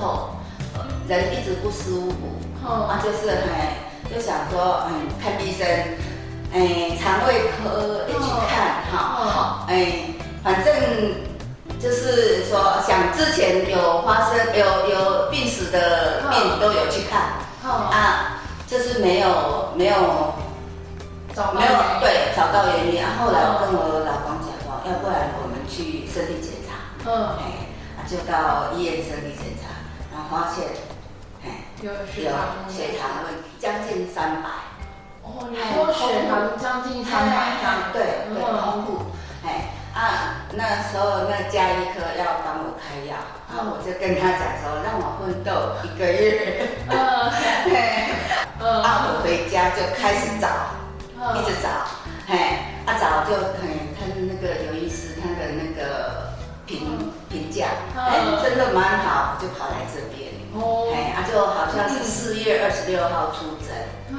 后，人一直不舒服，就是就想说，看医生，肠胃科一起看，反正就是说，想之前有发生有病史的病都有去看，就是没有找到原因，后来我跟我老公讲说，要不然我们去身体检查，就到医院身体检查，然后发现， 有血糖问题，将近300。 你说血糖将近300这样？ 对，空腹，那时候那家医科要帮我开药，我就跟他讲说，让我奋斗1个月，我回家就开始找，一直找，找就看那个刘医师他的那个评价，真的蛮好，就跑来这边，就好像是4月26号出诊，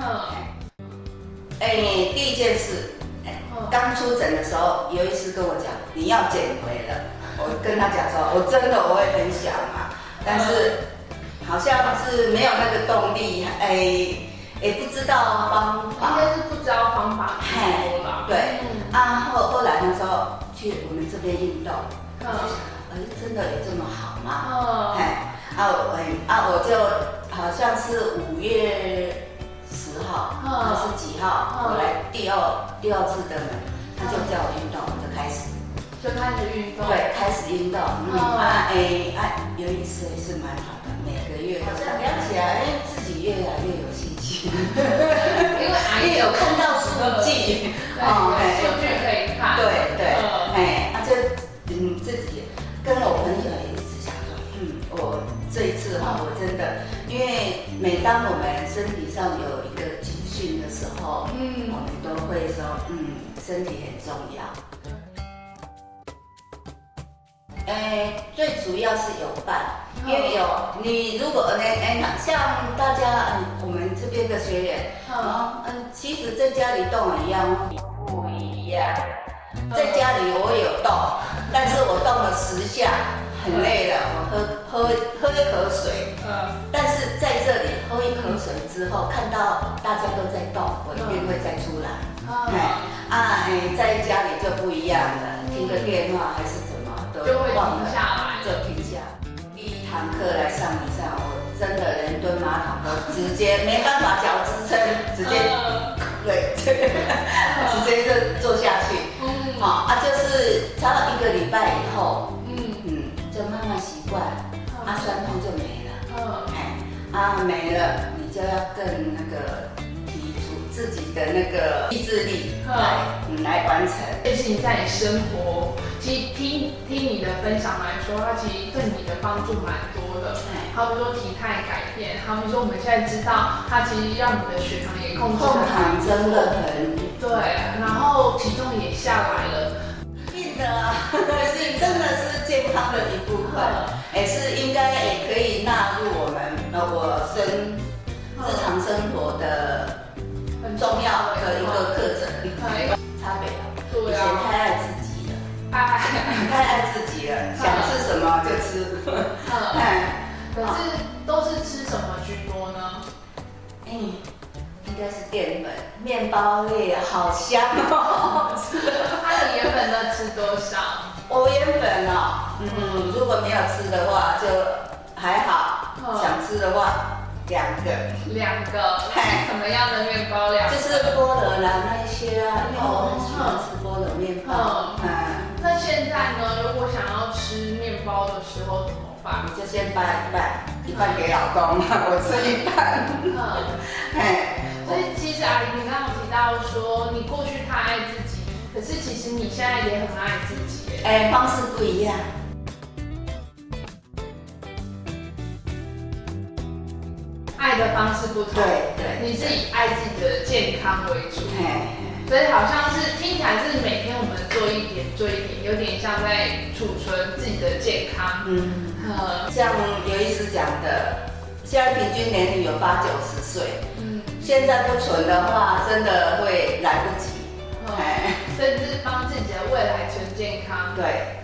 第一件事，刚出诊的时候，刘医师跟我讲，你要减肥了。我跟他讲说，我也很想嘛，但是好像是没有那个动力，也不知道方法， 应该是不知道方法太多了。 对，后来那时候去我们这边运动，我就想，真的有这么好吗？我就好像是5月10号还是几号，我来第二次登门，他就叫我运动，我就开始运动。对，开始运动。有一次也是蛮好的，每个月好像量起来，自己越来越有信心，因为有看到数据， 数据可以看。 对，就自己跟我朋友也一直想说，我这一次我真的，因为每当我们身体上有一个警讯的时候，我们都会说，身体很重要。最主要是有伴，因为你如果像大家我们这边的学员，其实在家里动一样不一样。在家里我有动，但是我动了10下，很累了，我喝一口水，但是在这里喝一口水之后，看到大家都在动，我一定会再出来。在家里就不一样了，听个电话还是怎么都忘了，就停下来。第1堂课来上一上，我真的连蹲马桶都直接没办法脚支撑，直接直接就坐下去。就是差不多1个礼拜以后，就慢慢习惯，酸痛就没了。没了，你就要更那个提出自己的那个意志力来完成。 其实你在你生活，其实听你的分享来说，它其实对你的帮助蛮多的。好比说体态改变，好比说我们现在知道，它其实让你的血糖也控制得很真的很对，然后体重也下来了。 病的是真的是健康的一部分，也是应该也可以纳入我日常生活的很重要的一个课程。差别了，以前太爱自己了，太爱自己了，想吃什么就吃。 可是都是吃什么居多呢？ 应该是淀粉、面包类，好香哦。 你原本都吃多少？ 我原本如果没有吃的话就还好，想吃的话2个。什么样的面包2个？就是菠萝啦那些因为我很喜欢吃菠萝面包。 那现在呢？如果想要吃面包的时候怎么办？ 你就先掰一半给老公，我吃一半。 所以其实阿玲，你刚刚有提到说你过去太爱自己，可是其实你现在也很爱自己。 方式不一样。 爱的方式不同， 对， 你是以爱自己的健康为主，所以好像是听起来是每天我们做一点，有点像在储存自己的健康。 像刘医师讲的，现在平均年龄有80、90岁，现在不存的话，真的会来不及。 甚至帮自己的未来存健康。 对。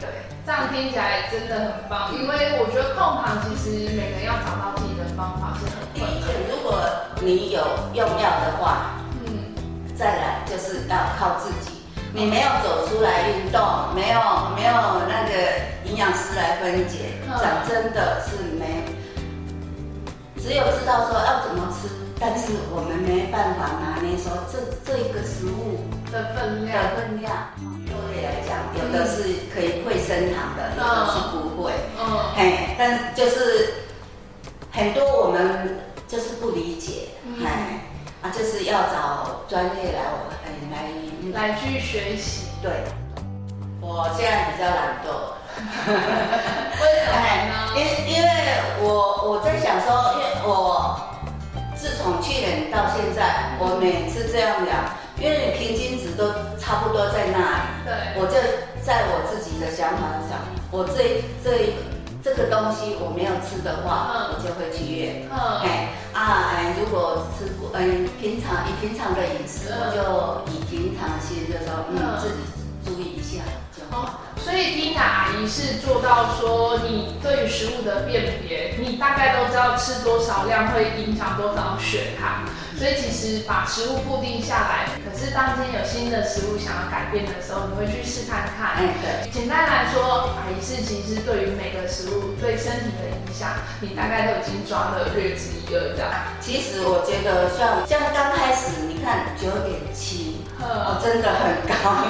这样听起来真的很棒，因为我觉得控糖其实每个人要找到自己的方法是很困难。 如果你有用药的话，再来就是要靠自己。你没有走出来运动，没有那个营养师来分解，讲真的是没，只有知道说要怎么吃，但是我们没办法拿捏说这一个食物的分量。 肉类来讲，有的是可以会升糖的，有的是不会。嘿，但就是很多我们就是不理解，就是要找专业来去学习。 对，我现在比较懒惰。 为什么呢？ 因为我在想说，因为我自从去年到现在，我每次这样量，因为平均值都差不多在那里。 对。 我就在我自己的想法上，我这个东西我没有吃的话，我就会去约。如果吃不，平常的饮食，我就以平常心，就说自己注意一下就好。 所以 Tina 阿姨是做到说，你对于食物的辨别，你大概都知道吃多少量会影响多少血糖。所以其实把食物固定下来，可是当今天有新的食物想要改变的时候，你会去试看看。 对。 简单来说，阿姨是其实对于每个食物对身体的影响，你大概都已经抓得略知一二这样。 其实我觉得像刚开始，你看9.7，真的很高。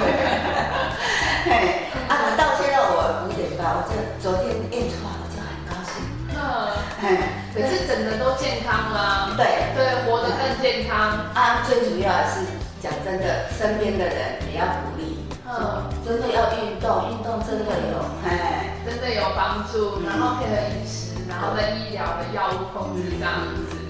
到现在我5.8，我昨天验出来我就很高兴。 可是整个都健康啦。 对， 活得更健康。 最主要是讲真的，身边的人也要鼓励。真的要运动，运动真的有帮助。然后配合饮食，然后医疗的药物控制这样子。